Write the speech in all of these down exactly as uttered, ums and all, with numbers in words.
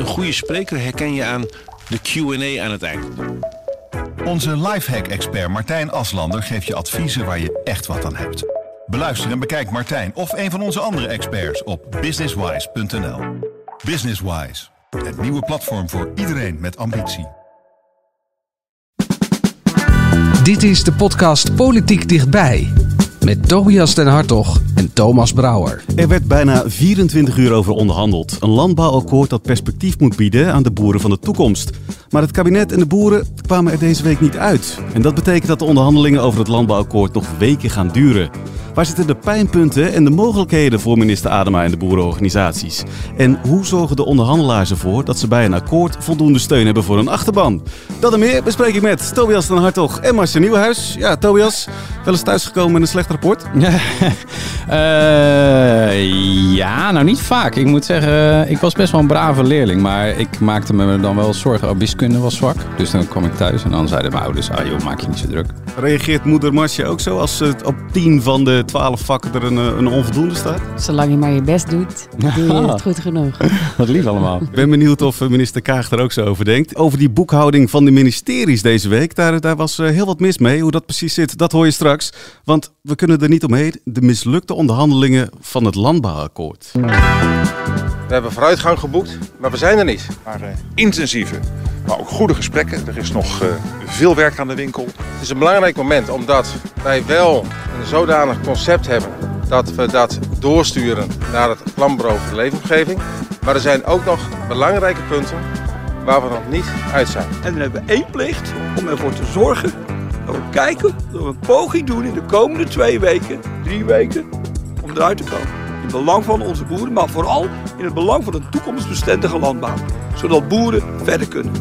goede spreker herken je aan de Q en A aan het eind. Onze lifehack-expert Martijn Aslander geeft je adviezen waar je echt wat aan hebt. Beluister en bekijk Martijn of een van onze andere experts op businesswise punt n l. Businesswise, het nieuwe platform voor iedereen met ambitie. Dit is de podcast Politiek Dichtbij. Met Tobias den Hartog en Thomas Brouwer. Er werd bijna vierentwintig uur over onderhandeld. Een landbouwakkoord dat perspectief moet bieden aan de boeren van de toekomst. Maar het kabinet en de boeren kwamen er deze week niet uit. En dat betekent dat de onderhandelingen over het landbouwakkoord nog weken gaan duren. Waar zitten de pijnpunten en de mogelijkheden voor minister Adema en de boerenorganisaties? En hoe zorgen de onderhandelaars ervoor dat ze bij een akkoord voldoende steun hebben voor hun achterban? Dat en meer bespreek ik met Tobias den Hartog en Marcel Nieuwenhuis. Ja, Tobias, wel eens thuisgekomen met een slecht rapport? uh, ja, nou niet vaak. Ik moet zeggen, ik was best wel een brave leerling. Maar ik maakte me dan wel zorgen. Oh, wiskunde was zwak. Dus dan kwam ik thuis en dan zeiden mijn ouders, ah joh, maak je niet zo druk. Reageert moeder Marcia ook zo als het op tien van de twaalf vakken er een, een onvoldoende staat? Zolang je maar je best doet, doe je het goed genoeg. Wat lief allemaal. Ik ben benieuwd of minister Kaag er ook zo over denkt. Over die boekhouding van de ministeries deze week, daar, daar was heel wat mis mee. Hoe dat precies zit, dat hoor je straks. Want we kunnen er niet omheen. De mislukte onderhandelingen van het landbouwakkoord. We hebben vooruitgang geboekt, maar we zijn er niet. Maar uh, intensieve, maar ook goede gesprekken. Er is nog uh, veel werk aan de winkel. Het is een belangrijk moment omdat wij wel een zodanig concept hebben dat we dat doorsturen naar het planbureau voor de leefomgeving. Maar er zijn ook nog belangrijke punten waar we nog niet uit zijn. En dan hebben we één plicht om ervoor te zorgen dat we kijken, dat we een poging doen in de komende twee weken, drie weken, om eruit te komen. In het belang van onze boeren, maar vooral in het belang van een toekomstbestendige landbouw. Zodat boeren verder kunnen.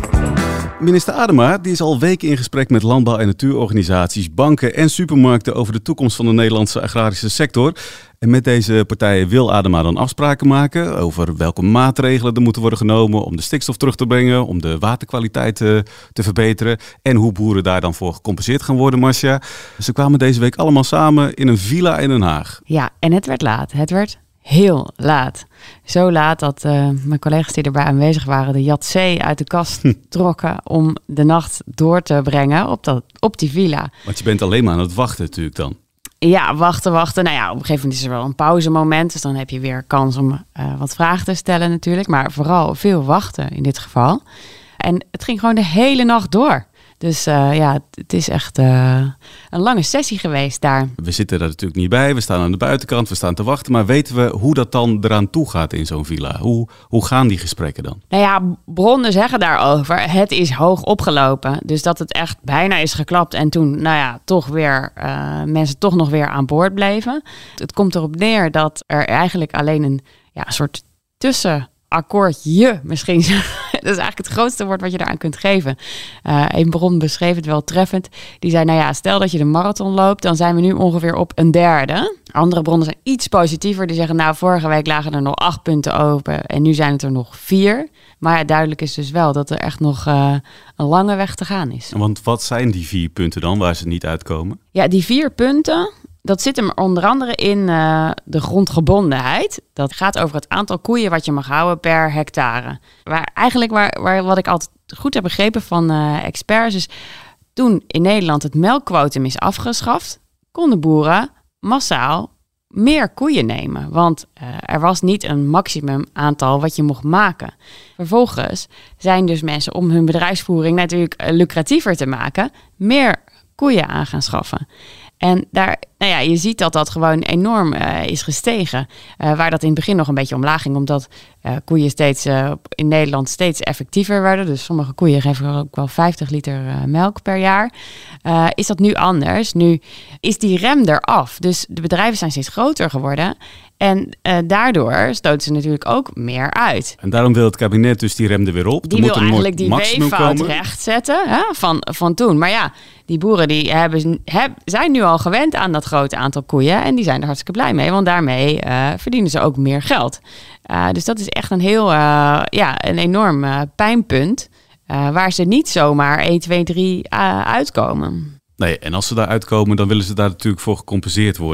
Minister Adema die is al weken in gesprek met landbouw- en natuurorganisaties, banken en supermarkten over de toekomst van de Nederlandse agrarische sector. En met deze partijen wil Adema dan afspraken maken over welke maatregelen er moeten worden genomen om de stikstof terug te brengen, om de waterkwaliteit te, te verbeteren en hoe boeren daar dan voor gecompenseerd gaan worden, Marcia. Ze kwamen deze week allemaal samen in een villa in Den Haag. Ja, en het werd laat. Het werd heel laat. Zo laat dat uh, mijn collega's die erbij aanwezig waren de Yatzee uit de kast trokken om de nacht door te brengen op, dat, op die villa. Want je bent alleen maar aan het wachten natuurlijk dan. Ja, wachten, wachten. Nou ja, op een gegeven moment is er wel een pauzemoment. Dus dan heb je weer kans om uh, wat vragen te stellen natuurlijk. Maar vooral veel wachten in dit geval. En het ging gewoon de hele nacht door. Dus uh, ja, het is echt uh, een lange sessie geweest daar. We zitten er natuurlijk niet bij. We staan aan de buitenkant, we staan te wachten. Maar weten we hoe dat dan eraan toe gaat in zo'n villa? Hoe, hoe gaan die gesprekken dan? Nou ja, bronnen zeggen daarover, het is hoog opgelopen. Dus dat het echt bijna is geklapt. En toen, nou ja, toch weer, uh, mensen toch nog weer aan boord bleven. Het komt erop neer dat er eigenlijk alleen een ja, soort tussen... akkoordje misschien. Dat is eigenlijk het grootste woord wat je daaraan kunt geven. Uh, een bron beschreef het wel treffend. Die zei, nou ja, stel dat je de marathon loopt, dan zijn we nu ongeveer op een derde. Andere bronnen zijn iets positiever. Die zeggen, nou, vorige week lagen er nog acht punten open en nu zijn het er nog vier. Maar ja, duidelijk is dus wel dat er echt nog uh, een lange weg te gaan is. Want wat zijn die vier punten dan waar ze niet uitkomen? Ja, die vier punten... Dat zit hem onder andere in uh, de grondgebondenheid. Dat gaat over het aantal koeien wat je mag houden per hectare. Waar eigenlijk waar, waar, wat ik altijd goed heb begrepen van uh, experts is... toen in Nederland het melkquotum is afgeschaft... konden boeren massaal meer koeien nemen. Want uh, er was niet een maximum aantal wat je mocht maken. Vervolgens zijn dus mensen om hun bedrijfsvoering natuurlijk uh, lucratiever te maken... meer koeien aan gaan schaffen. En daar, nou ja, je ziet dat dat gewoon enorm uh, is gestegen. Uh, waar dat in het begin nog een beetje omlaag ging, omdat uh, koeien steeds uh, in Nederland steeds effectiever werden. Dus sommige koeien geven ook wel vijftig liter uh, melk per jaar. Uh, is dat nu anders? Nu is die rem eraf. Dus de bedrijven zijn steeds groter geworden. En uh, daardoor stoten ze natuurlijk ook meer uit. En daarom wil het kabinet dus die rem er weer op. Die wil eigenlijk die weeffout rechtzetten hè, van, van toen. Maar ja, die boeren die hebben, heb, zijn nu al gewend aan dat grote aantal koeien. En die zijn er hartstikke blij mee. Want daarmee uh, verdienen ze ook meer geld. Uh, dus dat is echt een heel, uh, ja, een enorm uh, pijnpunt. Uh, waar ze niet zomaar één, twee, drie uh, uitkomen. Nee, en als ze daar uitkomen, dan willen ze daar natuurlijk voor gecompenseerd worden.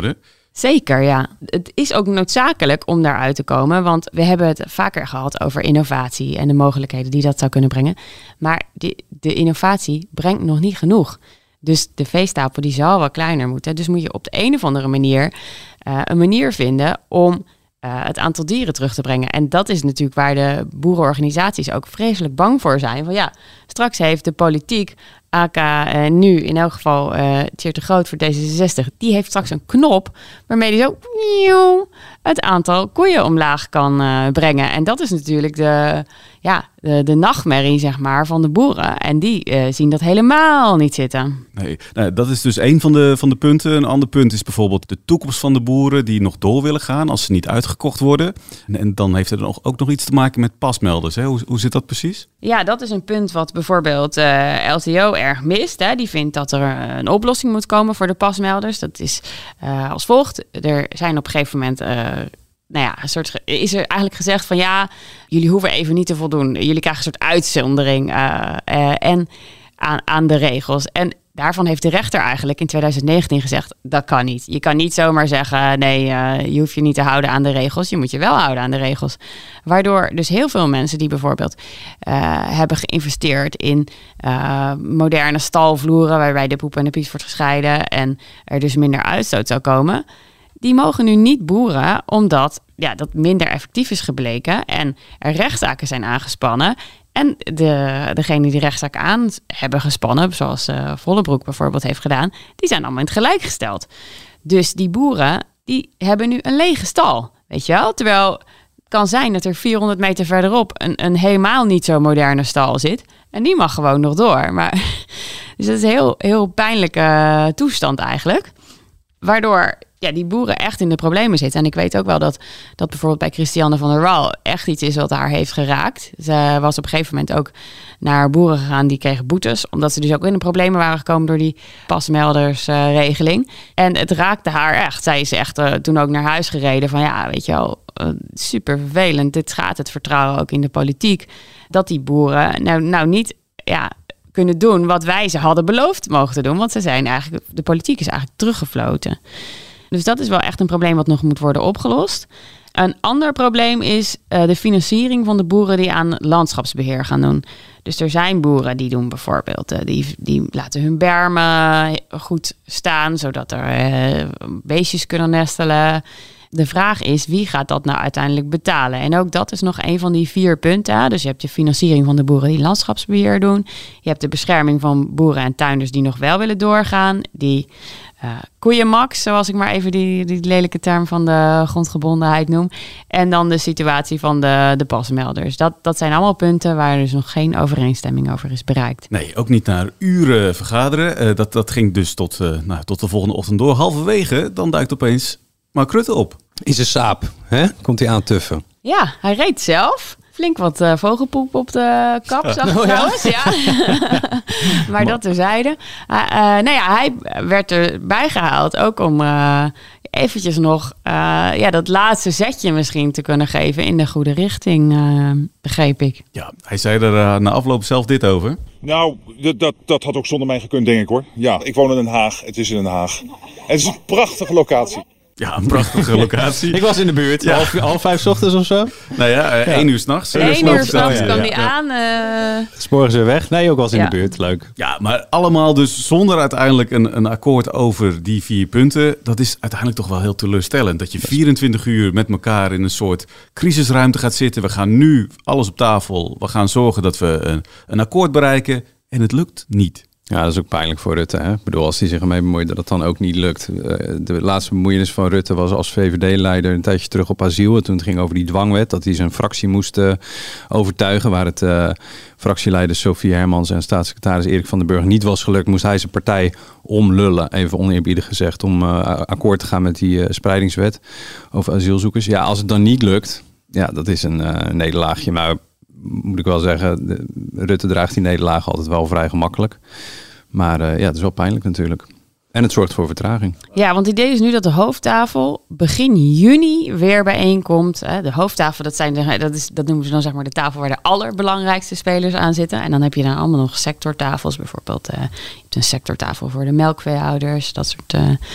Zeker, ja. Het is ook noodzakelijk om daaruit te komen, want we hebben het vaker gehad over innovatie en de mogelijkheden die dat zou kunnen brengen. Maar de, de innovatie brengt nog niet genoeg. Dus de veestapel die zal wel kleiner moeten. Dus moet je op de een of andere manier uh, een manier vinden om uh, het aantal dieren terug te brengen. En dat is natuurlijk waar de boerenorganisaties ook vreselijk bang voor zijn. Van ja, straks heeft de politiek, A K uh, nu in elk geval uh, Tjeerd de Groot voor D zesenzestig, die heeft straks een knop waarmee die zo nieuw, het aantal koeien omlaag kan uh, brengen. En dat is natuurlijk de, ja, de, de nachtmerrie, zeg maar, van de boeren. En die uh, zien dat helemaal niet zitten. Nee, nou, dat is dus één van de, van de punten. Een ander punt is bijvoorbeeld de toekomst van de boeren die nog door willen gaan als ze niet uitgekocht worden. En, en dan heeft het nog, ook nog iets te maken met pasmelders. Hè? Hoe, hoe zit dat precies? Ja, dat is een punt wat bijvoorbeeld uh, L T O erg mist. Hè. Die vindt dat er een oplossing moet komen voor de pasmelders. Dat is uh, als volgt. Er zijn op een gegeven moment... Uh, nou ja, een soort, is er eigenlijk gezegd van ja, jullie hoeven even niet te voldoen. Jullie krijgen een soort uitzondering uh, uh, en aan, aan de regels. En daarvan heeft de rechter eigenlijk in twintig negentien gezegd, dat kan niet. Je kan niet zomaar zeggen, nee, uh, je hoeft je niet te houden aan de regels. Je moet je wel houden aan de regels. Waardoor dus heel veel mensen die bijvoorbeeld uh, hebben geïnvesteerd in uh, moderne stalvloeren, waarbij de poep en de pies wordt gescheiden en er dus minder uitstoot zou komen, die mogen nu niet boeren omdat ja, dat minder effectief is gebleken en er rechtszaken zijn aangespannen. En de, degene die rechtszaak aan hebben gespannen, zoals uh, Vollebroek bijvoorbeeld heeft gedaan, die zijn allemaal in het gelijk gesteld. Dus die boeren, die hebben nu een lege stal, weet je wel? Terwijl het kan zijn dat er vierhonderd meter verderop een, een helemaal niet zo moderne stal zit. En die mag gewoon nog door. Maar, dus dat is een heel, heel pijnlijke toestand eigenlijk. Waardoor ja, die boeren echt in de problemen zitten. En ik weet ook wel dat dat bijvoorbeeld bij Christiane van der Waal echt iets is wat haar heeft geraakt. Ze was op een gegeven moment ook naar boeren gegaan die kregen boetes, omdat ze dus ook in de problemen waren gekomen door die pasmeldersregeling. Uh, en het raakte haar echt. Zij is echt uh, toen ook naar huis gereden van ja, weet je wel, uh, super vervelend. Dit schaadt het vertrouwen ook in de politiek. Dat die boeren nou, nou niet ja, kunnen doen wat wij ze hadden beloofd mogen te doen. Want ze zijn eigenlijk, de politiek is eigenlijk teruggefloten. Dus dat is wel echt een probleem wat nog moet worden opgelost. Een ander probleem is uh, de financiering van de boeren die aan landschapsbeheer gaan doen. Dus er zijn boeren die doen bijvoorbeeld, uh, die, die laten hun bermen goed staan, zodat er uh, beestjes kunnen nestelen. De vraag is, wie gaat dat nou uiteindelijk betalen? En ook dat is nog een van die vier punten. Dus je hebt de financiering van de boeren die landschapsbeheer doen. Je hebt de bescherming van boeren en tuinders die nog wel willen doorgaan. Die uh, koeienmax, zoals ik maar even die, die lelijke term van de grondgebondenheid noem. En dan de situatie van de, de pasmelders. Dat, dat zijn allemaal punten waar dus nog geen overeenstemming over is bereikt. Nee, ook niet naar uren vergaderen. Uh, dat, dat ging dus tot, uh, nou, tot de volgende ochtend door. Halverwege, dan duikt opeens Mark Rutte op. In zijn saap, hè? Komt hij aantuffen. Ja, hij reed zelf. Flink wat uh, vogelpoep op de kap, zag ik oh, trouwens. Ja. Ja. Maar dat terzijde. Uh, uh, nou ja, hij werd erbij gehaald. Ook om uh, eventjes nog uh, ja, dat laatste zetje misschien te kunnen geven in de goede richting, uh, begreep ik. Ja, hij zei er uh, na afloop zelf dit over. Nou, dat, dat, dat had ook zonder mij gekund, denk ik hoor. Ja, ik woon in Den Haag. Het is in Den Haag. Het is een prachtige locatie. Ja, een prachtige locatie. Ik was in de buurt, ja. half, half vijf 's ochtends of zo. Nou ja, uh, ja. één uur 's nachts. Eén uur 's nachts kwam die aan. Uh... Sporen ze weg? Nee, ook was in ja. de buurt. Leuk. Ja, maar allemaal dus zonder uiteindelijk een, een akkoord over die vier punten. Dat is uiteindelijk toch wel heel teleurstellend. Dat je vierentwintig uur met elkaar in een soort crisisruimte gaat zitten. We gaan nu alles op tafel. We gaan zorgen dat we een, een akkoord bereiken. En het lukt niet. Ja, dat is ook pijnlijk voor Rutte. Hè? Ik bedoel, als hij zich ermee bemoeit dat het dan ook niet lukt. De laatste bemoeienis van Rutte was als V V D-leider een tijdje terug op asiel. En toen het ging over die dwangwet, dat hij zijn fractie moest uh, overtuigen. Waar het uh, fractieleider Sophie Hermans en staatssecretaris Erik van den Burg niet was gelukt, moest hij zijn partij omlullen, even oneerbiedig gezegd, om uh, akkoord te gaan met die uh, spreidingswet over asielzoekers. Ja, als het dan niet lukt, ja, dat is een uh, nederlaagje. Maar moet ik wel zeggen, de, Rutte draagt die nederlaag altijd wel vrij gemakkelijk. Maar uh, ja, het is wel pijnlijk natuurlijk. En het zorgt voor vertraging. Ja, want het idee is nu dat de hoofdtafel begin juni weer bijeenkomt. De hoofdtafel, dat, zijn de, dat, is, dat noemen ze dan zeg maar de tafel waar de allerbelangrijkste spelers aan zitten. En dan heb je dan allemaal nog sectortafels. Bijvoorbeeld uh, je hebt een sectortafel voor de melkveehouders, dat soort uh,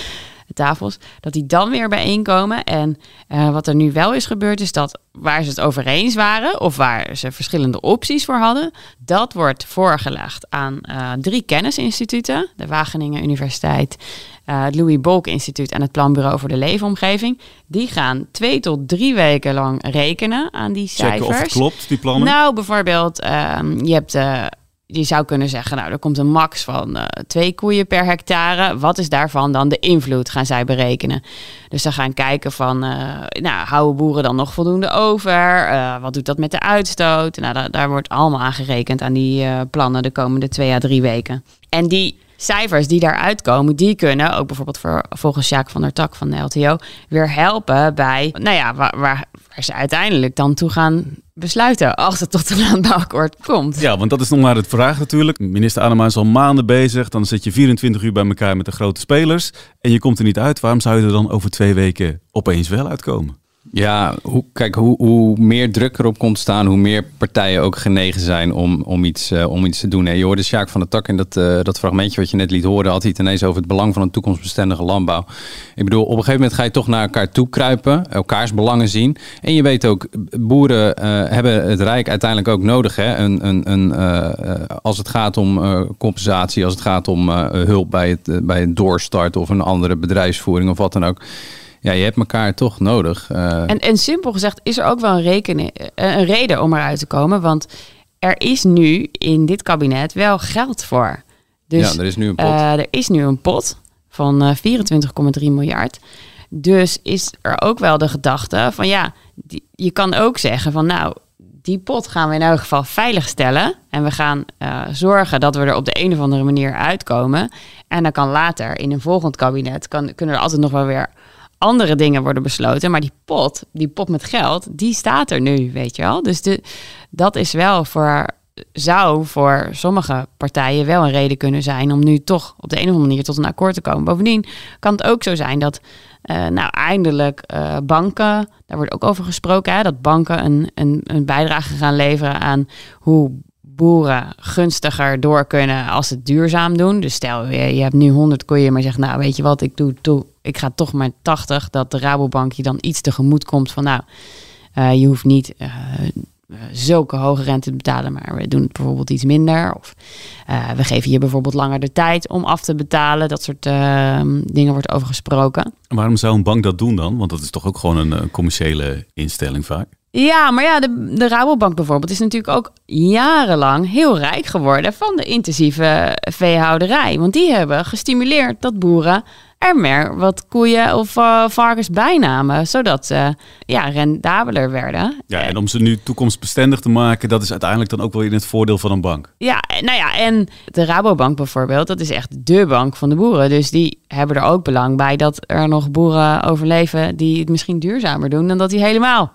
tafels, dat die dan weer bijeenkomen. En uh, wat er nu wel is gebeurd, is dat waar ze het over eens waren, of waar ze verschillende opties voor hadden, dat wordt voorgelegd aan uh, drie kennisinstituten, de Wageningen Universiteit, uh, het Louis Bolk Instituut en het Planbureau voor de Leefomgeving. Die gaan twee tot drie weken lang rekenen aan die cijfers. Checken of het klopt, die plannen? Nou, bijvoorbeeld, uh, je hebt... Uh, Je zou kunnen zeggen, nou, er komt een max van uh, twee koeien per hectare. Wat is daarvan dan de invloed, gaan zij berekenen. Dus ze gaan kijken van, uh, nou, houden boeren dan nog voldoende over? Uh, wat doet dat met de uitstoot? Nou, da- daar wordt allemaal aan gerekend aan die uh, plannen de komende twee à drie weken. En die cijfers die daaruit komen, die kunnen ook bijvoorbeeld voor, volgens Sjaak van der Tak van de L T O weer helpen bij, nou ja, waar, waar, waar ze uiteindelijk dan toe gaan besluiten als het tot een landbouwakkoord komt. Ja, want dat is nog maar het vraag natuurlijk. Minister Adema is al maanden bezig. Dan zit je vierentwintig uur bij elkaar met de grote spelers en je komt er niet uit. Waarom zou je er dan over twee weken opeens wel uitkomen? Ja, hoe, kijk, hoe, hoe meer druk erop komt staan, hoe meer partijen ook genegen zijn om, om, iets, uh, om iets te doen. En je hoorde Sjaak van der Tak in dat, uh, dat fragmentje wat je net liet horen, had hij het ineens over het belang van een toekomstbestendige landbouw. Ik bedoel, op een gegeven moment ga je toch naar elkaar toe kruipen, elkaars belangen zien. En je weet ook, boeren uh, hebben het Rijk uiteindelijk ook nodig. Hè? Een, een, een, uh, als het gaat om uh, compensatie, als het gaat om uh, hulp bij het, uh, bij het doorstarten of een andere bedrijfsvoering of wat dan ook. Ja, je hebt elkaar toch nodig. Uh... En, en simpel gezegd is er ook wel een, rekenen, een reden om eruit te komen. Want er is nu in dit kabinet wel geld voor. Dus, ja, er is nu een pot. Uh, er is nu een pot van uh, vierentwintig komma drie miljard. Dus is er ook wel de gedachte van ja, die, je kan ook zeggen van nou, die pot gaan we in elk geval veilig stellen. En we gaan uh, zorgen dat we er op de een of andere manier uitkomen. En dan kan later in een volgend kabinet, kan, kunnen er altijd nog wel weer andere dingen worden besloten. Maar die pot, die pot met geld, die staat er nu, weet je wel. Dus de, dat is wel voor, zou voor sommige partijen wel een reden kunnen zijn om nu toch op de een of andere manier tot een akkoord te komen. Bovendien kan het ook zo zijn dat uh, nou eindelijk uh, banken, daar wordt ook over gesproken, hè, dat banken een, een, een bijdrage gaan leveren aan hoe boeren gunstiger door kunnen als ze het duurzaam doen. Dus stel, je, je hebt nu honderd koeien, maar zegt, nou, weet je wat, ik doe, doe ik ga toch maar tachtig, dat de Rabobank je dan iets tegemoet komt van, nou, uh, je hoeft niet uh, zulke hoge rente te betalen, maar we doen het bijvoorbeeld iets minder. Of uh, we geven je bijvoorbeeld langer de tijd om af te betalen. Dat soort uh, dingen wordt over gesproken. En waarom zou een bank dat doen dan? Want dat is toch ook gewoon een, een commerciële instelling vaak? Ja, maar ja, de, de Rabobank bijvoorbeeld is natuurlijk ook jarenlang heel rijk geworden van de intensieve veehouderij. Want die hebben gestimuleerd dat boeren er meer wat koeien of uh, varkens bijnamen, zodat ze uh, ja, rendabeler werden. Ja, en om ze nu toekomstbestendig te maken, dat is uiteindelijk dan ook wel in het voordeel van een bank. Ja, nou ja, en de Rabobank bijvoorbeeld, dat is echt de bank van de boeren. Dus die hebben er ook belang bij dat er nog boeren overleven die het misschien duurzamer doen dan dat die helemaal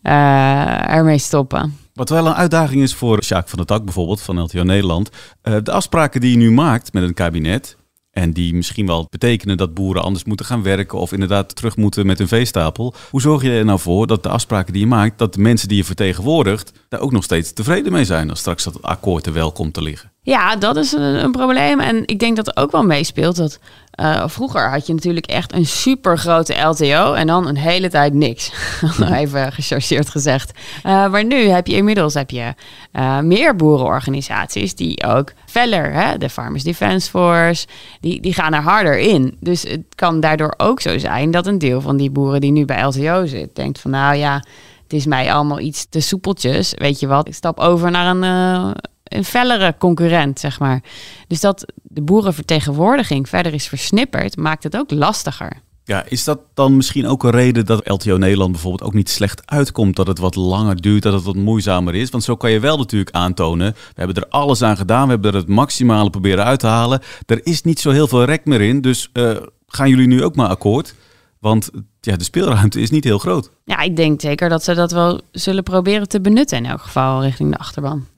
uh, ermee stoppen. Wat wel een uitdaging is voor Sjaak van der Tak bijvoorbeeld, van L T O Nederland. Uh, de afspraken die je nu maakt met een kabinet, en die misschien wel betekenen dat boeren anders moeten gaan werken of inderdaad terug moeten met hun veestapel. Hoe zorg je er nou voor dat de afspraken die je maakt, dat de mensen die je vertegenwoordigt, daar ook nog steeds tevreden mee zijn als straks dat akkoord er wel komt te liggen? Ja, dat is een, een probleem. En ik denk dat er ook wel meespeelt dat uh, vroeger had je natuurlijk echt een super grote L T O en dan een hele tijd niks. Even gechargeerd gezegd. Uh, maar nu heb je inmiddels heb je uh, meer boerenorganisaties die ook feller, hè, de Farmers Defence Force, die, die gaan er harder in. Dus het kan daardoor ook zo zijn dat een deel van die boeren die nu bij L T O zit, denkt van nou ja, het is mij allemaal iets te soepeltjes. Weet je wat, ik stap over naar een Uh, een fellere concurrent, zeg maar. Dus dat de boerenvertegenwoordiging verder is versnipperd, maakt het ook lastiger. Ja, is dat dan misschien ook een reden dat L T O Nederland bijvoorbeeld ook niet slecht uitkomt? Dat het wat langer duurt, dat het wat moeizamer is? Want zo kan je wel natuurlijk aantonen, we hebben er alles aan gedaan, we hebben er het maximale proberen uit te halen. Er is niet zo heel veel rek meer in, dus uh, gaan jullie nu ook maar akkoord? Want ja, de speelruimte is niet heel groot. Ja, ik denk zeker dat ze dat wel zullen proberen te benutten in elk geval richting de achterban. Ja.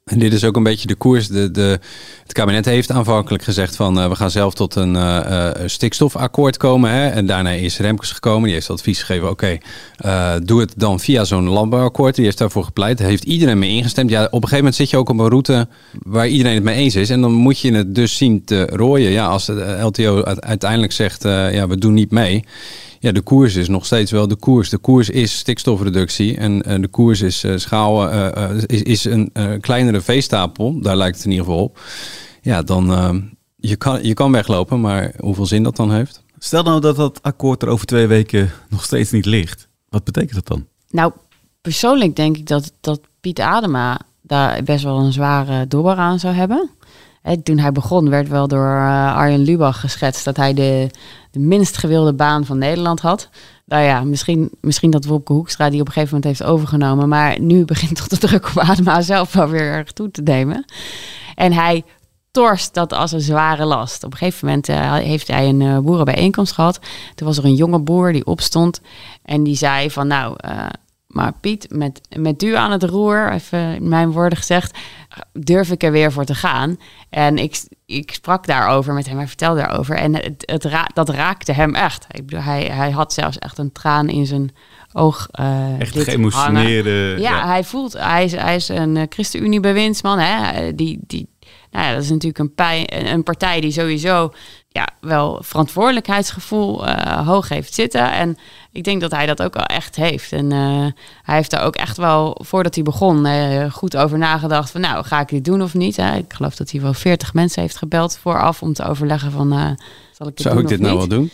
En dit is ook een beetje de koers. De, de, het kabinet heeft aanvankelijk gezegd van uh, we gaan zelf tot een uh, uh, stikstofakkoord komen. Hè? En daarna is Remkes gekomen. Die heeft advies gegeven. Oké, okay, uh, doe het dan via zo'n landbouwakkoord. Die heeft daarvoor gepleit. Daar heeft iedereen mee ingestemd. Ja, op een gegeven moment zit je ook op een route waar iedereen het mee eens is. En dan moet je het dus zien te rooien. Ja, als de L T O uiteindelijk zegt uh, ja, we doen niet mee. Ja, de koers is nog steeds wel de koers. De koers is stikstofreductie en uh, de koers is uh, schaal, uh, uh, is, is een uh, kleinere veestapel. Daar lijkt het in ieder geval op. Ja, dan uh, je kan je kan weglopen, maar hoeveel zin dat dan heeft? Stel nou dat dat akkoord er over twee weken nog steeds niet ligt. Wat betekent dat dan? Nou, persoonlijk denk ik dat, dat Piet Adema daar best wel een zware dobber aan zou hebben. He, toen hij begon werd wel door uh, Arjen Lubach geschetst dat hij de, de minst gewilde baan van Nederland had. Nou ja, misschien, misschien dat Wopke Hoekstra die op een gegeven moment heeft overgenomen. Maar nu begint toch de druk op Adema zelf wel weer erg toe te nemen. En hij torst dat als een zware last. Op een gegeven moment uh, heeft hij een uh, boerenbijeenkomst gehad. Toen was er een jonge boer die opstond en die zei van nou... Uh, Maar Piet, met, met u aan het roer, even in mijn woorden gezegd, durf ik er weer voor te gaan. En ik, ik sprak daarover met hem, hij vertelde daarover. En het, het ra- dat raakte hem echt. Ik bedoel, hij, hij had zelfs echt een traan in zijn oog. Uh, echt geëmotioneerde. Ja, ja, hij voelt, hij is, hij is een uh, ChristenUnie-bewindsman. Hè? Die, die, nou ja, dat is natuurlijk een, pij, een partij die sowieso ja, wel verantwoordelijkheidsgevoel uh, hoog heeft zitten. En ik denk dat hij dat ook wel echt heeft. En uh, hij heeft daar ook echt wel, voordat hij begon, uh, goed over nagedacht van nou, ga ik dit doen of niet? Hè? Ik geloof dat hij wel veertig mensen heeft gebeld vooraf om te overleggen van uh, zal ik dit Zou doen ik dit of nou niet? wel doen?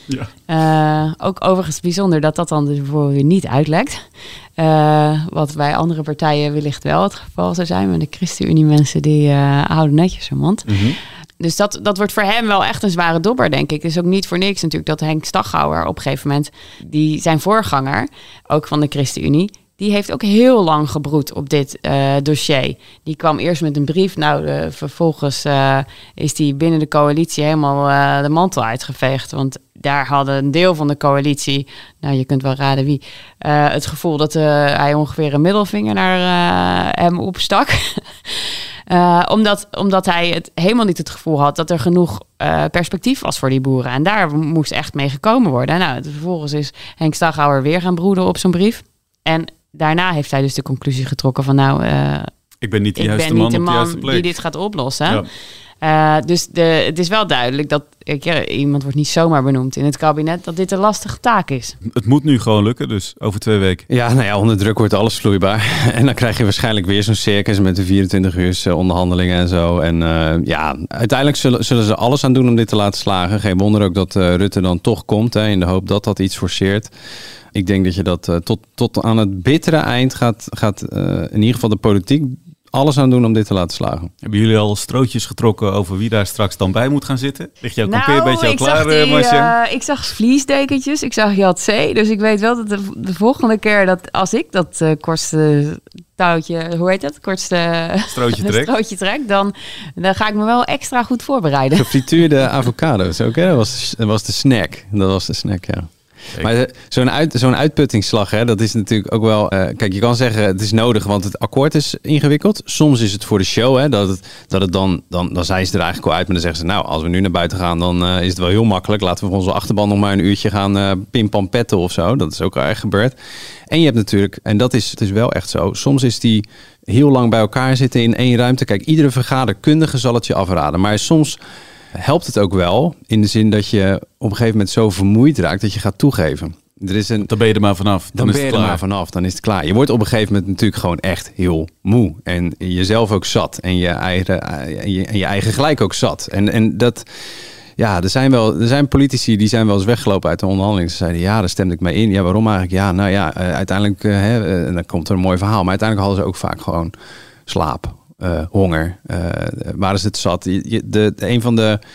Ja. Uh, ook overigens bijzonder dat dat dan dus bijvoorbeeld weer niet uitlekt. Uh, wat bij andere partijen wellicht wel het geval zou zijn. Maar de ChristenUnie mensen die uh, houden netjes hun mond. Mm-hmm. Dus dat, dat wordt voor hem wel echt een zware dobber, denk ik. Het is ook niet voor niks natuurlijk dat Henk Staghouwer op een gegeven moment, die zijn voorganger, ook van de ChristenUnie, die heeft ook heel lang gebroed op dit uh, dossier. Die kwam eerst met een brief. Nou, uh, vervolgens uh, is die binnen de coalitie helemaal uh, de mantel uitgeveegd. Want daar hadden een deel van de coalitie, nou, je kunt wel raden wie, uh, het gevoel dat uh, hij ongeveer een middelvinger naar uh, hem opstak. Uh, omdat, omdat hij het helemaal niet het gevoel had dat er genoeg uh, perspectief was voor die boeren. En daar moest echt mee gekomen worden. Nou, vervolgens is Henk Staghouwer weer gaan broeden op zo'n brief. En daarna heeft hij dus de conclusie getrokken van nou, uh, ik ben niet de ik juiste ben man niet de op de man juiste plek die dit gaat oplossen. Ja. Uh, dus de, het is wel duidelijk dat ja, iemand wordt niet zomaar benoemd in het kabinet, dat dit een lastige taak is. Het moet nu gewoon lukken, dus over twee weken. Ja, nou ja, onder druk wordt alles vloeibaar. En dan krijg je waarschijnlijk weer zo'n circus met de vierentwintig uur onderhandelingen en zo. En uh, ja, uiteindelijk zullen, zullen ze alles aan doen om dit te laten slagen. Geen wonder ook dat uh, Rutte dan toch komt, hè, in de hoop dat dat iets forceert. Ik denk dat je dat uh, tot, tot aan het bittere eind gaat, gaat uh, in ieder geval de politiek alles aan doen om dit te laten slagen. Hebben jullie al strootjes getrokken over wie daar straks dan bij moet gaan zitten? Ligt jouw nou, kampeer een beetje al klaar, die, Marcia? Uh, ik zag vliesdekentjes, ik zag Jad C. Dus ik weet wel dat de, de volgende keer dat als ik dat uh, kortste touwtje, hoe heet dat? Kortste strootje trek, strootje trek dan, dan ga ik me wel extra goed voorbereiden. Gefrituurde avocado's ook, hè? Dat was, dat was de snack. Dat was de snack, ja. Maar zo'n, uit, zo'n uitputtingsslag, hè, dat is natuurlijk ook wel... Uh, kijk, je kan zeggen het is nodig, want het akkoord is ingewikkeld. Soms is het voor de show, hè, dat het, dat het dan, dan... Dan zijn ze er eigenlijk al uit, maar dan zeggen ze... Nou, als we nu naar buiten gaan, dan uh, is het wel heel makkelijk. Laten we voor onze achterban nog maar een uurtje gaan uh, pimpampetten of zo. Dat is ook al erg gebeurd. En je hebt natuurlijk, en dat is, het is wel echt zo... Soms is die heel lang bij elkaar zitten in één ruimte. Kijk, iedere vergaderkundige zal het je afraden. Maar soms helpt het ook wel in de zin dat je op een gegeven moment zo vermoeid raakt dat je gaat toegeven. Er is een, dan ben je er maar vanaf. Dan, dan is ben je het er klaar. maar vanaf. Dan is het klaar. Je wordt op een gegeven moment natuurlijk gewoon echt heel moe. En jezelf ook zat. En je eigen, en je, en je eigen gelijk ook zat. En, en dat... Ja, er zijn wel er zijn politici die zijn wel eens weggelopen uit de onderhandeling. Ze zeiden, ja, daar stemde ik mee in. Ja, waarom eigenlijk? Ja, nou ja, uh, uiteindelijk... Uh, hè, uh, dan komt er een mooi verhaal. Maar uiteindelijk hadden ze ook vaak gewoon slaap, uh, honger. Uh, waren ze het zat. Je, de, de, een van de...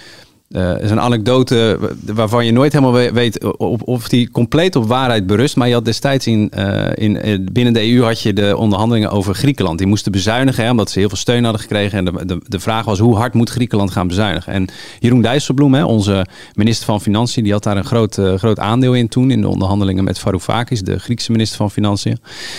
uh, is een anekdote waarvan je nooit helemaal weet of, of die compleet op waarheid berust. Maar je had destijds in, uh, in, binnen de E U had je de onderhandelingen over Griekenland. Die moesten bezuinigen, hè, omdat ze heel veel steun hadden gekregen. En de, de, de vraag was, hoe hard moet Griekenland gaan bezuinigen? En Jeroen Dijsselbloem, hè, onze minister van Financiën, die had daar een groot, uh, groot aandeel in toen. In de onderhandelingen met Varoufakis, de Griekse minister van Financiën.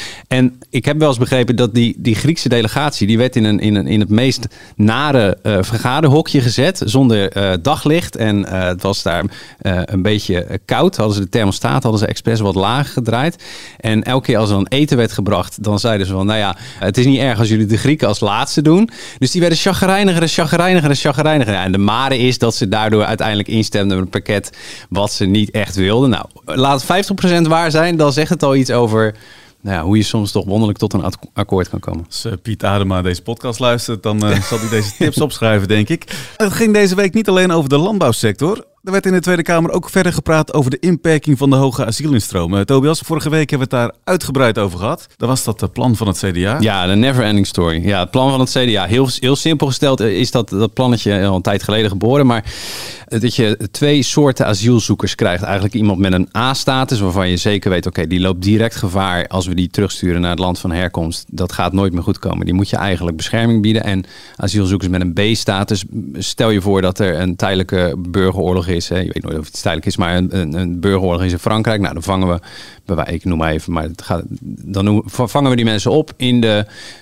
En ik heb wel eens begrepen dat die, die Griekse delegatie, die werd in, een, in, een, in het meest nare uh, vergaderhokje gezet, zonder uh, daglicht. En uh, het was daar uh, een beetje koud. Hadden ze de thermostaat, hadden ze expres wat lager gedraaid. En elke keer als er dan eten werd gebracht, dan zeiden ze van, nou ja, het is niet erg als jullie de Grieken als laatste doen. Dus die werden chagrijniger en chagrijniger en chagrijniger. Ja, en de mare is dat ze daardoor uiteindelijk instemden met een pakket wat ze niet echt wilden. Nou, laat het vijftig procent waar zijn, dan zegt het al iets over nou ja, hoe je soms toch wonderlijk tot een akkoord kan komen. Als uh, Piet Adema deze podcast luistert, dan uh, zal hij deze tips opschrijven, denk ik. Het ging deze week niet alleen over de landbouwsector. Er werd in de Tweede Kamer ook verder gepraat over de inperking van de hoge asielinstromen. Uh, Tobias, vorige week hebben we het daar uitgebreid over gehad. Dat was dat uh, plan van het C D A. Ja, de never ending story. Ja, het plan van het C D A. Heel, heel simpel gesteld is dat, dat plannetje al een tijd geleden geboren. Maar dat je twee soorten asielzoekers krijgt. Eigenlijk iemand met een A-status waarvan je zeker weet, oké, okay, die loopt direct gevaar als we die terugsturen naar het land van herkomst. Dat gaat nooit meer goed komen. Die moet je eigenlijk bescherming bieden. En asielzoekers met een B-status, stel je voor dat er een tijdelijke burgeroorlog is. Hè. Je weet nooit of het tijdelijk is, maar een, een, een burgeroorlog is in Frankrijk. Nou, dan vangen we, ik noem maar even, maar het gaat, dan vangen we die mensen op in de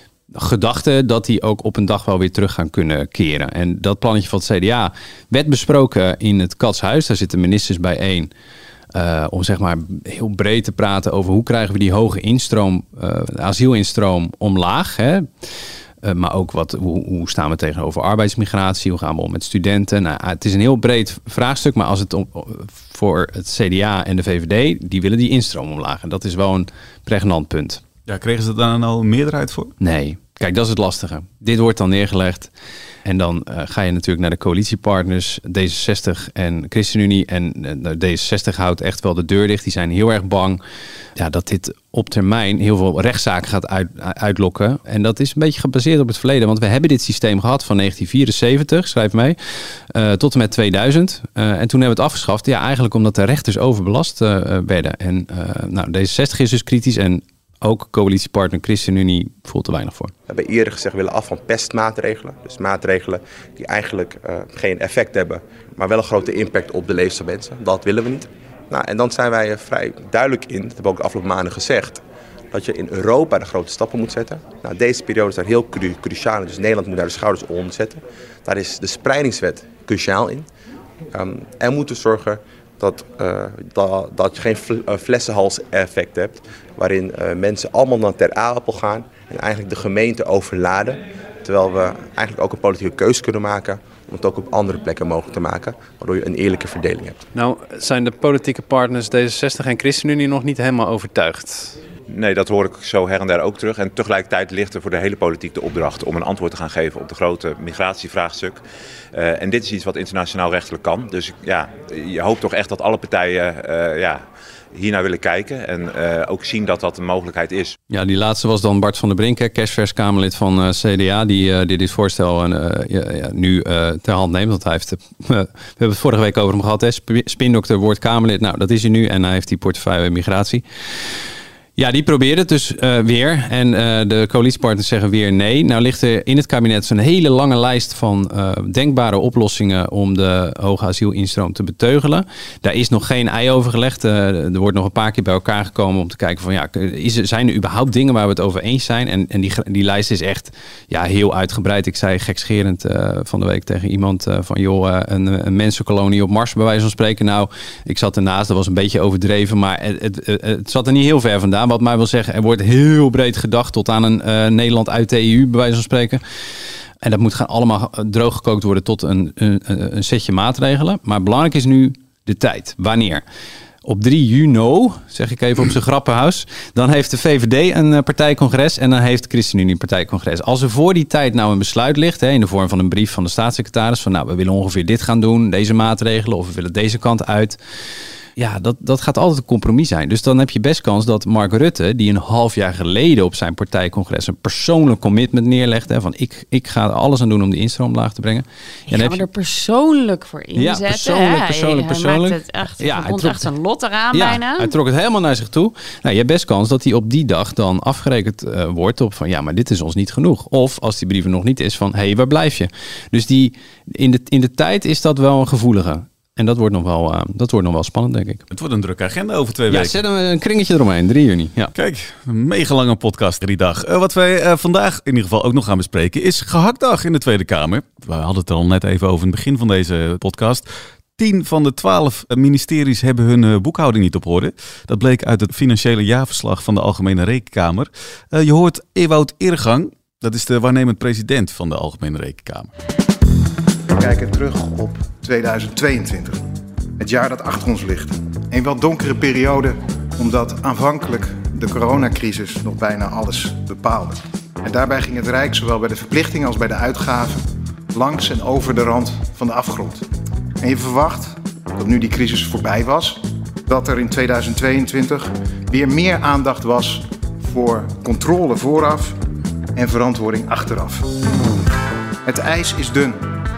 gedachte dat die ook op een dag wel weer terug gaan kunnen keren. En dat plannetje van het C D A werd besproken in het Katshuis. Daar zitten ministers bijeen. Uh, om zeg maar heel breed te praten over hoe krijgen we die hoge instroom, uh, asielinstroom omlaag. Hè? Uh, maar ook wat, hoe, hoe staan we tegenover arbeidsmigratie? Hoe gaan we om met studenten? Nou, het is een heel breed vraagstuk, maar als het om, voor het C D A en de V V D, die willen die instroom omlaag. En dat is wel een pregnant punt. Ja, kregen ze daar nou een meerderheid voor? Nee. Kijk, dat is het lastige. Dit wordt dan neergelegd. En dan uh, ga je natuurlijk naar de coalitiepartners, D zesenzestig en ChristenUnie. En uh, D zesenzestig houdt echt wel de deur dicht. Die zijn heel erg bang ja, dat dit op termijn heel veel rechtszaken gaat uit, uitlokken. En dat is een beetje gebaseerd op het verleden. Want we hebben dit systeem gehad van negentien vierenzeventig, schrijf mee, uh, tot en met tweeduizend. Uh, en toen hebben we het afgeschaft. Ja, eigenlijk omdat de rechters overbelast uh, werden. En uh, nou, D zesenzestig is dus kritisch en ook coalitiepartner ChristenUnie voelt er weinig voor. We hebben eerder gezegd, we willen af van pestmaatregelen. Dus maatregelen die eigenlijk uh, geen effect hebben, maar wel een grote impact op de levens van mensen. Dat willen we niet. Nou, en dan zijn wij uh, vrij duidelijk in, dat hebben we ook de afgelopen maanden gezegd, dat je in Europa de grote stappen moet zetten. Nou, deze periode is daar heel cru- cruciaal, dus Nederland moet daar de schouders onder zetten. Daar is de spreidingswet cruciaal in. Um, en we moeten zorgen Dat, uh, dat, dat je geen fl- uh, flessenhals-effect hebt, waarin uh, mensen allemaal naar ter aardappel gaan en eigenlijk de gemeente overladen. Terwijl we eigenlijk ook een politieke keuze kunnen maken om het ook op andere plekken mogelijk te maken, waardoor je een eerlijke verdeling hebt. Nou, zijn de politieke partners D zesenzestig en ChristenUnie nog niet helemaal overtuigd? Nee, dat hoor ik zo her en der ook terug. En tegelijkertijd ligt er voor de hele politiek de opdracht om een antwoord te gaan geven op de grote migratievraagstuk. Uh, en dit is iets wat internationaal rechtelijk kan. Dus ja, je hoopt toch echt dat alle partijen uh, ja, hiernaar willen kijken en uh, ook zien dat dat een mogelijkheid is. Ja, die laatste was dan Bart van der Brink, kerstvers Kamerlid van uh, C D A, die, uh, die dit voorstel uh, ja, ja, nu uh, ter hand neemt. Want hij heeft, uh, we hebben het vorige week over hem gehad, hè? Spindokter wordt Kamerlid. Nou, dat is hij nu en hij heeft die portefeuille migratie. Ja, die probeert het dus uh, weer. En uh, de coalitiepartners zeggen weer nee. Nou ligt er in het kabinet zo'n hele lange lijst van uh, denkbare oplossingen om de hoge asielinstroom te beteugelen. Daar is nog geen ei over gelegd. Uh, er wordt nog een paar keer bij elkaar gekomen om te kijken van ja, is er, zijn er überhaupt dingen waar we het over eens zijn? En, en die, die lijst is echt ja, heel uitgebreid. Ik zei gekscherend uh, van de week tegen iemand uh, van joh, uh, een, een mensenkolonie op Mars bij wijze van spreken. Nou, ik zat ernaast, dat was een beetje overdreven, maar het, het, het, het zat er niet heel ver vandaan. Wat mij wil zeggen, er wordt heel breed gedacht tot aan een uh, Nederland uit de E U, bij wijze van spreken. En dat moet gaan allemaal drooggekookt worden tot een, een, een setje maatregelen. Maar belangrijk is nu de tijd. Wanneer? Op drie juni, zeg ik even op zijn grappenhuis, dan heeft de V V D een partijcongres en dan heeft de ChristenUnie een partijcongres. Als er voor die tijd nou een besluit ligt, hè, in de vorm van een brief van de staatssecretaris, van nou, we willen ongeveer dit gaan doen, deze maatregelen, of we willen deze kant uit. Ja, dat, dat gaat altijd een compromis zijn. Dus dan heb je best kans dat Mark Rutte, die een half jaar geleden op zijn partijcongres een persoonlijk commitment neerlegde, hè, van ik, ik ga er alles aan doen om die instroom omlaag te brengen. Ik ja, ga me je... er persoonlijk voor inzetten. Ja, persoonlijk, hè? persoonlijk, hij persoonlijk. Maakt het echt, ja, hij trok echt zijn lot eraan ja, bijna. Hij trok het helemaal naar zich toe. Nou, je hebt best kans dat hij op die dag dan afgerekend uh, wordt op van ja, maar dit is ons niet genoeg. Of als die brief er nog niet is van hé, hey, waar blijf je? Dus die, in, de, in de tijd is dat wel een gevoelige. En dat wordt nog wel, uh, dat wordt nog wel spannend, denk ik. Het wordt een drukke agenda over twee ja, weken. Ja, zetten we een kringetje eromheen, drie juni. Ja. Kijk, een mega lange podcast die dag. Uh, wat wij uh, vandaag in ieder geval ook nog gaan bespreken is gehaktdag in de Tweede Kamer. We hadden het er al net even over in het begin van deze podcast. Tien van de twaalf ministeries hebben hun uh, boekhouding niet op orde. Dat bleek uit het financiële jaarverslag van de Algemene Rekenkamer. Uh, je hoort Ewout Eergang, dat is de waarnemend president van de Algemene Rekenkamer. We kijken terug op tweeduizend tweeëntwintig, het jaar dat achter ons ligt. Een wat donkere periode, omdat aanvankelijk de coronacrisis nog bijna alles bepaalde. En daarbij ging het Rijk, zowel bij de verplichtingen als bij de uitgaven, langs en over de rand van de afgrond. En je verwacht, dat nu die crisis voorbij was, dat er in tweeduizend tweeëntwintig weer meer aandacht was voor controle vooraf en verantwoording achteraf. Het ijs is dun.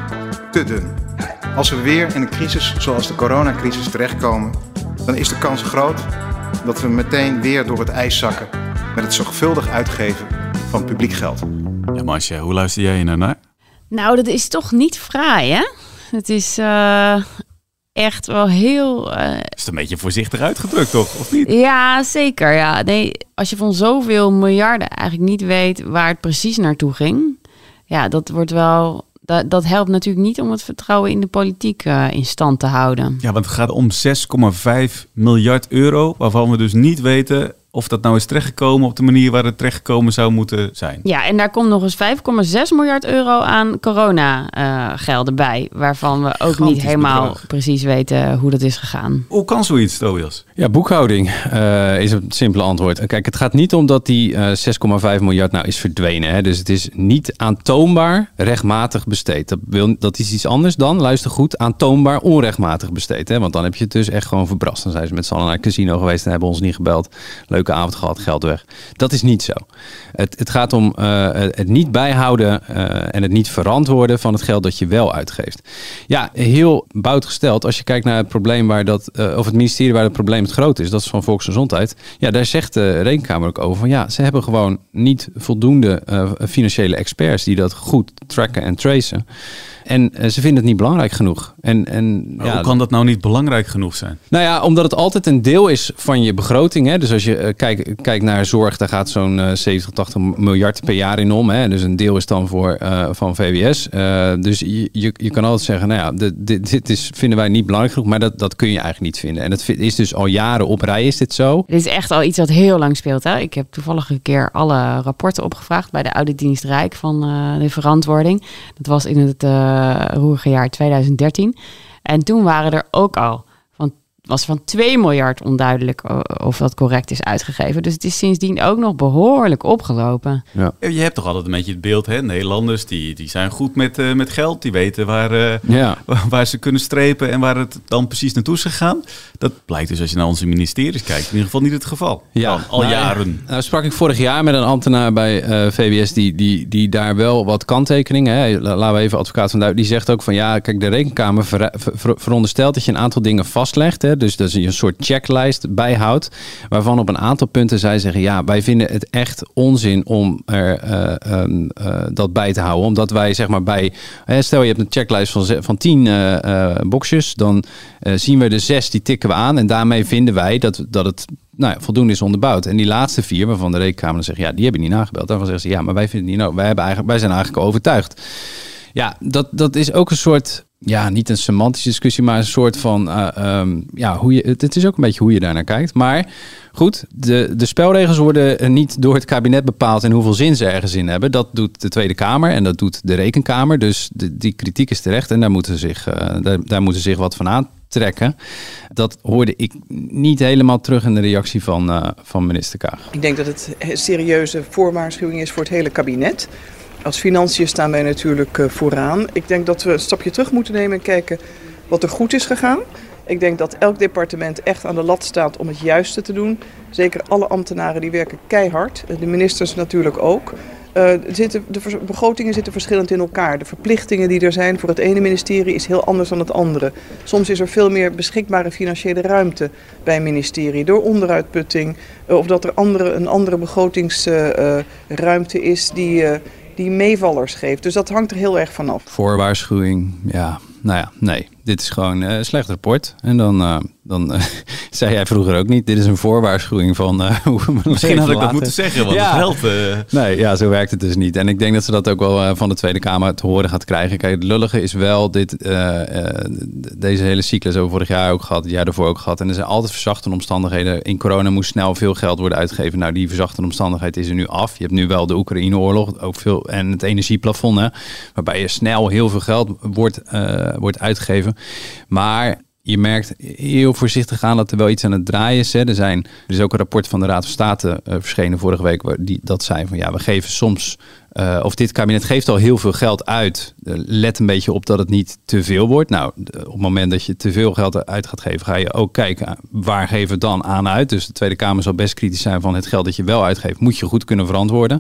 Te dun. Als we weer in een crisis zoals de coronacrisis terechtkomen, dan is de kans groot dat we meteen weer door het ijs zakken met het zorgvuldig uitgeven van publiek geld. Ja, Marcia, hoe luister jij hier naar? Nou, dat is toch niet fraai, hè? Het is uh, echt wel heel... Uh... Is het een beetje voorzichtig uitgedrukt, toch? Of niet? Ja, zeker. Ja. Nee, als je van zoveel miljarden eigenlijk niet weet waar het precies naartoe ging, ja, dat wordt wel... Dat, dat helpt natuurlijk niet om het vertrouwen in de politiek uh, in stand te houden. Ja, want het gaat om zes komma vijf miljard euro, waarvan we dus niet weten of dat nou is terechtgekomen op de manier waar het terechtgekomen zou moeten zijn. Ja, en daar komt nog eens vijf komma zes miljard euro aan corona-gelden uh, bij, waarvan we ook Gigantisch niet helemaal bedrag. precies weten hoe dat is gegaan. Hoe kan zoiets, Tobias? Ja, boekhouding uh, is het simpele antwoord. Kijk, het gaat niet om dat die uh, zes komma vijf miljard nou is verdwenen. Hè? Dus het is niet aantoonbaar rechtmatig besteed. Dat, wil, dat is iets anders dan, luister goed, aantoonbaar onrechtmatig besteed. Hè? Want dan heb je het dus echt gewoon verbrast. Dan zijn ze met z'n allen naar het casino geweest en hebben ons niet gebeld. Leuke avond gehad, geld weg. Dat is niet zo. Het, het gaat om uh, het niet bijhouden uh, en het niet verantwoorden van het geld dat je wel uitgeeft. Ja, heel bout gesteld. Als je kijkt naar het probleem waar dat, uh, of het ministerie waar het probleem het groot is, dat is van Volksgezondheid. Ja, daar zegt de Rekenkamer ook over van ja, ze hebben gewoon niet voldoende uh, financiële experts die dat goed tracken en tracen. En uh, ze vinden het niet belangrijk genoeg. En, en, maar ja, hoe kan dat nou niet belangrijk genoeg zijn? Nou ja, omdat het altijd een deel is van je begroting. Hè? Dus als je uh, kijkt kijk naar zorg, daar gaat zo'n uh, zeventig, tachtig miljard per jaar in om. Hè? Dus een deel is dan voor, uh, van V W S. Uh, dus je, je, je kan altijd zeggen, nou ja, dit, dit, dit is, vinden wij niet belangrijk genoeg. Maar dat, dat kun je eigenlijk niet vinden. En dat is dus al jaren op rij is dit zo. Dit is echt al iets wat heel lang speelt. Hè? Ik heb toevallig een keer alle rapporten opgevraagd bij de Auditdienst Rijk van uh, de verantwoording. Dat was in het uh, roerige jaar tweeduizend dertien. En toen waren er ook al van, was van twee miljard onduidelijk of dat correct is uitgegeven. Dus het is sindsdien ook nog behoorlijk opgelopen. Ja. Je hebt toch altijd een beetje het beeld, hè? Nederlanders die, die zijn goed met, uh, met geld. Die weten waar, uh, ja. waar ze kunnen strepen en waar het dan precies naartoe is gegaan. Dat blijkt dus als je naar onze ministeries kijkt in ieder geval niet het geval. Ja, al, al nou, jaren. Nou sprak ik vorig jaar met een ambtenaar bij uh, V W S die, die, die daar wel wat kanttekeningen, hè, laten we even advocaat van Duitsland, die zegt ook van ja, kijk, de Rekenkamer ver, ver, veronderstelt dat je een aantal dingen vastlegt. Hè, dus dat je een soort checklist bijhoudt, waarvan op een aantal punten zij zeggen ja, wij vinden het echt onzin om er uh, um, uh, dat bij te houden. Omdat wij zeg maar bij, hè, stel je hebt een checklist van, van tien uh, uh, boxjes, dan uh, zien we de zes die tikken we aan en daarmee vinden wij dat, dat het nou ja, voldoende is onderbouwd. En die laatste vier, waarvan de Rekenkamer dan zegt ja, die hebben niet nagebeld. Daarvan zeggen ze ja, maar wij vinden het niet nou, wij, hebben eigenlijk, wij zijn eigenlijk overtuigd. Ja, dat, dat is ook een soort, ja, niet een semantische discussie, maar een soort van, uh, um, ja, hoe je, het, het is ook een beetje hoe je daar naar kijkt. Maar goed, de, de spelregels worden niet door het kabinet bepaald en hoeveel zin ze ergens in hebben. Dat doet de Tweede Kamer en dat doet de Rekenkamer. Dus de, die kritiek is terecht en daar moeten ze zich, uh, daar, daar moeten ze zich wat van aantrekken. Dat hoorde ik niet helemaal terug in de reactie van, uh, van minister Kaag. Ik denk dat het een serieuze voorwaarschuwing is voor het hele kabinet. Als financiën staan wij natuurlijk uh, vooraan. Ik denk dat we een stapje terug moeten nemen en kijken wat er goed is gegaan. Ik denk dat elk departement echt aan de lat staat om het juiste te doen. Zeker alle ambtenaren die werken keihard. De ministers natuurlijk ook. Uh, zitten, de begrotingen zitten verschillend in elkaar. De verplichtingen die er zijn voor het ene ministerie is heel anders dan het andere. Soms is er veel meer beschikbare financiële ruimte bij een ministerie door onderuitputting. Uh, of dat er andere, een andere begrotingsruimte uh, uh, is die, uh, die meevallers geeft. Dus dat hangt er heel erg vanaf. Voorwaarschuwing, ja, nou ja, nee. Dit is gewoon een uh, slecht rapport. En dan, uh, dan uh, zei jij vroeger ook niet. Dit is een voorwaarschuwing van uh, hoe we Misschien had ik laten. dat moeten zeggen, want ja. het helpt. Uh... Nee, ja, zo werkt het dus niet. En ik denk dat ze dat ook wel uh, van de Tweede Kamer te horen gaat krijgen. Kijk, het lullige is wel dit, uh, uh, deze hele cyclus hebben we vorig jaar ook gehad, het jaar daarvoor ook gehad. En er zijn altijd verzachtende omstandigheden. In corona moest snel veel geld worden uitgegeven. Nou, die verzachtende omstandigheid is er nu af. Je hebt nu wel de Oekraïne-oorlog ook veel, en het energieplafond, hè, waarbij je snel heel veel geld wordt, uh, wordt uitgegeven. Maar je merkt heel voorzichtig aan dat er wel iets aan het draaien is. Hè. Er, zijn, er is ook een rapport van de Raad van State uh, verschenen vorige week. Waar die, dat zei van ja, we geven soms... Uh, of dit kabinet geeft al heel veel geld uit. Uh, let een beetje op dat het niet te veel wordt. Nou, de, op het moment dat je te veel geld uit gaat geven, ga je ook kijken waar geven we het dan aan uit. Dus de Tweede Kamer zal best kritisch zijn van het geld dat je wel uitgeeft, moet je goed kunnen verantwoorden.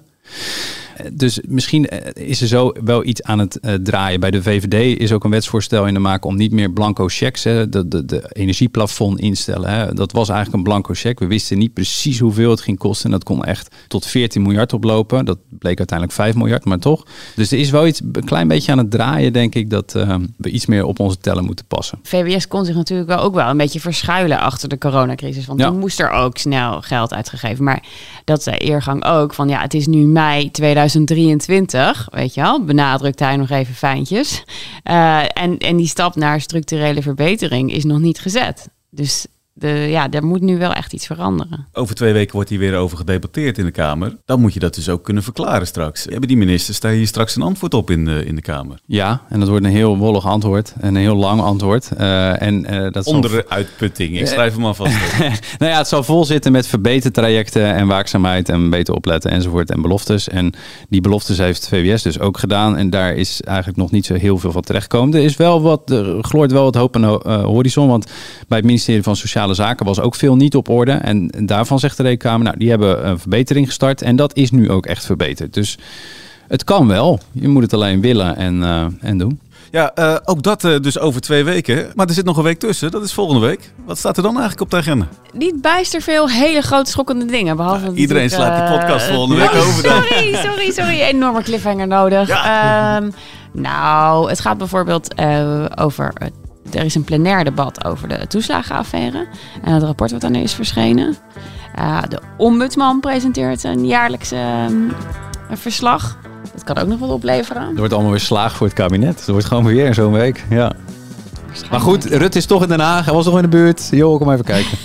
Dus misschien is er zo wel iets aan het uh, draaien. Bij de V V D is ook een wetsvoorstel in de maak om niet meer blanco checks, hè, de, de, de energieplafond instellen. Hè. Dat was eigenlijk een blanco check. We wisten niet precies hoeveel het ging kosten. En dat kon echt tot veertien miljard oplopen. Dat bleek uiteindelijk vijf miljard, maar toch. Dus er is wel iets, een klein beetje aan het draaien, denk ik, dat uh, we iets meer op onze tellen moeten passen. V W S kon zich natuurlijk wel ook wel een beetje verschuilen achter de coronacrisis. Want ja. toen moest er ook snel geld uitgegeven. Maar dat zei Eergang ook van ja, het is nu mei tweeduizend drieëntwintig, weet je wel, benadrukt hij nog even fijntjes. Uh, en, en die stap naar structurele verbetering is nog niet gezet. Dus de, ja, er moet nu wel echt iets veranderen. Over twee weken wordt hier weer over gedebatteerd in de Kamer. Dan moet je dat dus ook kunnen verklaren straks. Hebben die ministers daar hier straks een antwoord op in de, in de Kamer? Ja, en dat wordt een heel wollig antwoord. En een heel lang antwoord. Uh, en, uh, dat Onderuitputting, zal... ik schrijf hem alvast op. Nou ja, het zal vol zitten met verbetertrajecten en waakzaamheid en beter opletten enzovoort en beloftes. En die beloftes heeft V W S dus ook gedaan. En daar is eigenlijk nog niet zo heel veel van terechtgekomen. Er is wel wat, er gloort wel wat hoop aan de uh, horizon. Want bij het ministerie van Sociale Zaken was ook veel niet op orde. En daarvan zegt de Rekenkamer, nou, die hebben een verbetering gestart. En dat is nu ook echt verbeterd. Dus het kan wel. Je moet het alleen willen en, uh, en doen. Ja, uh, ook dat uh, dus over twee weken. Maar er zit nog een week tussen. Dat is volgende week. Wat staat er dan eigenlijk op de agenda? Niet bijster veel hele grote schokkende dingen. Behalve ja, iedereen slaat uh, die podcast volgende week oh, over. Dan. Sorry, sorry, sorry. Enorme cliffhanger nodig. Ja. Um, nou, het gaat bijvoorbeeld uh, over... Uh, Er is een plenair debat over de toeslagenaffaire. En het rapport wat dan is verschenen. Uh, de ombudsman presenteert een jaarlijks uh, een verslag. Dat kan ook nog wat opleveren. Er wordt allemaal weer slaag voor het kabinet. Er wordt gewoon weer zo'n week. Ja. Maar goed, Rutte is toch in Den Haag. Hij was toch in de buurt. Jo, kom even kijken.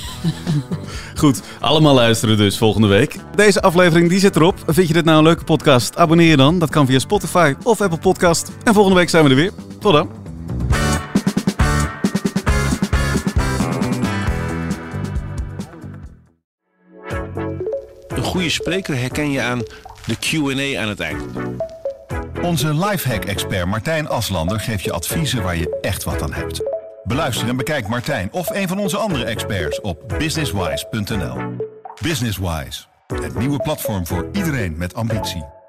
Goed, allemaal luisteren dus volgende week. Deze aflevering die zit erop. Vind je dit nou een leuke podcast? Abonneer je dan. Dat kan via Spotify of Apple Podcast. En volgende week zijn we er weer. Tot dan. Een goede spreker herken je aan de Q en A aan het eind. Onze lifehack-expert Martijn Aslander geeft je adviezen waar je echt wat aan hebt. Beluister en bekijk Martijn of een van onze andere experts op businesswise punt n l. Businesswise, het nieuwe platform voor iedereen met ambitie.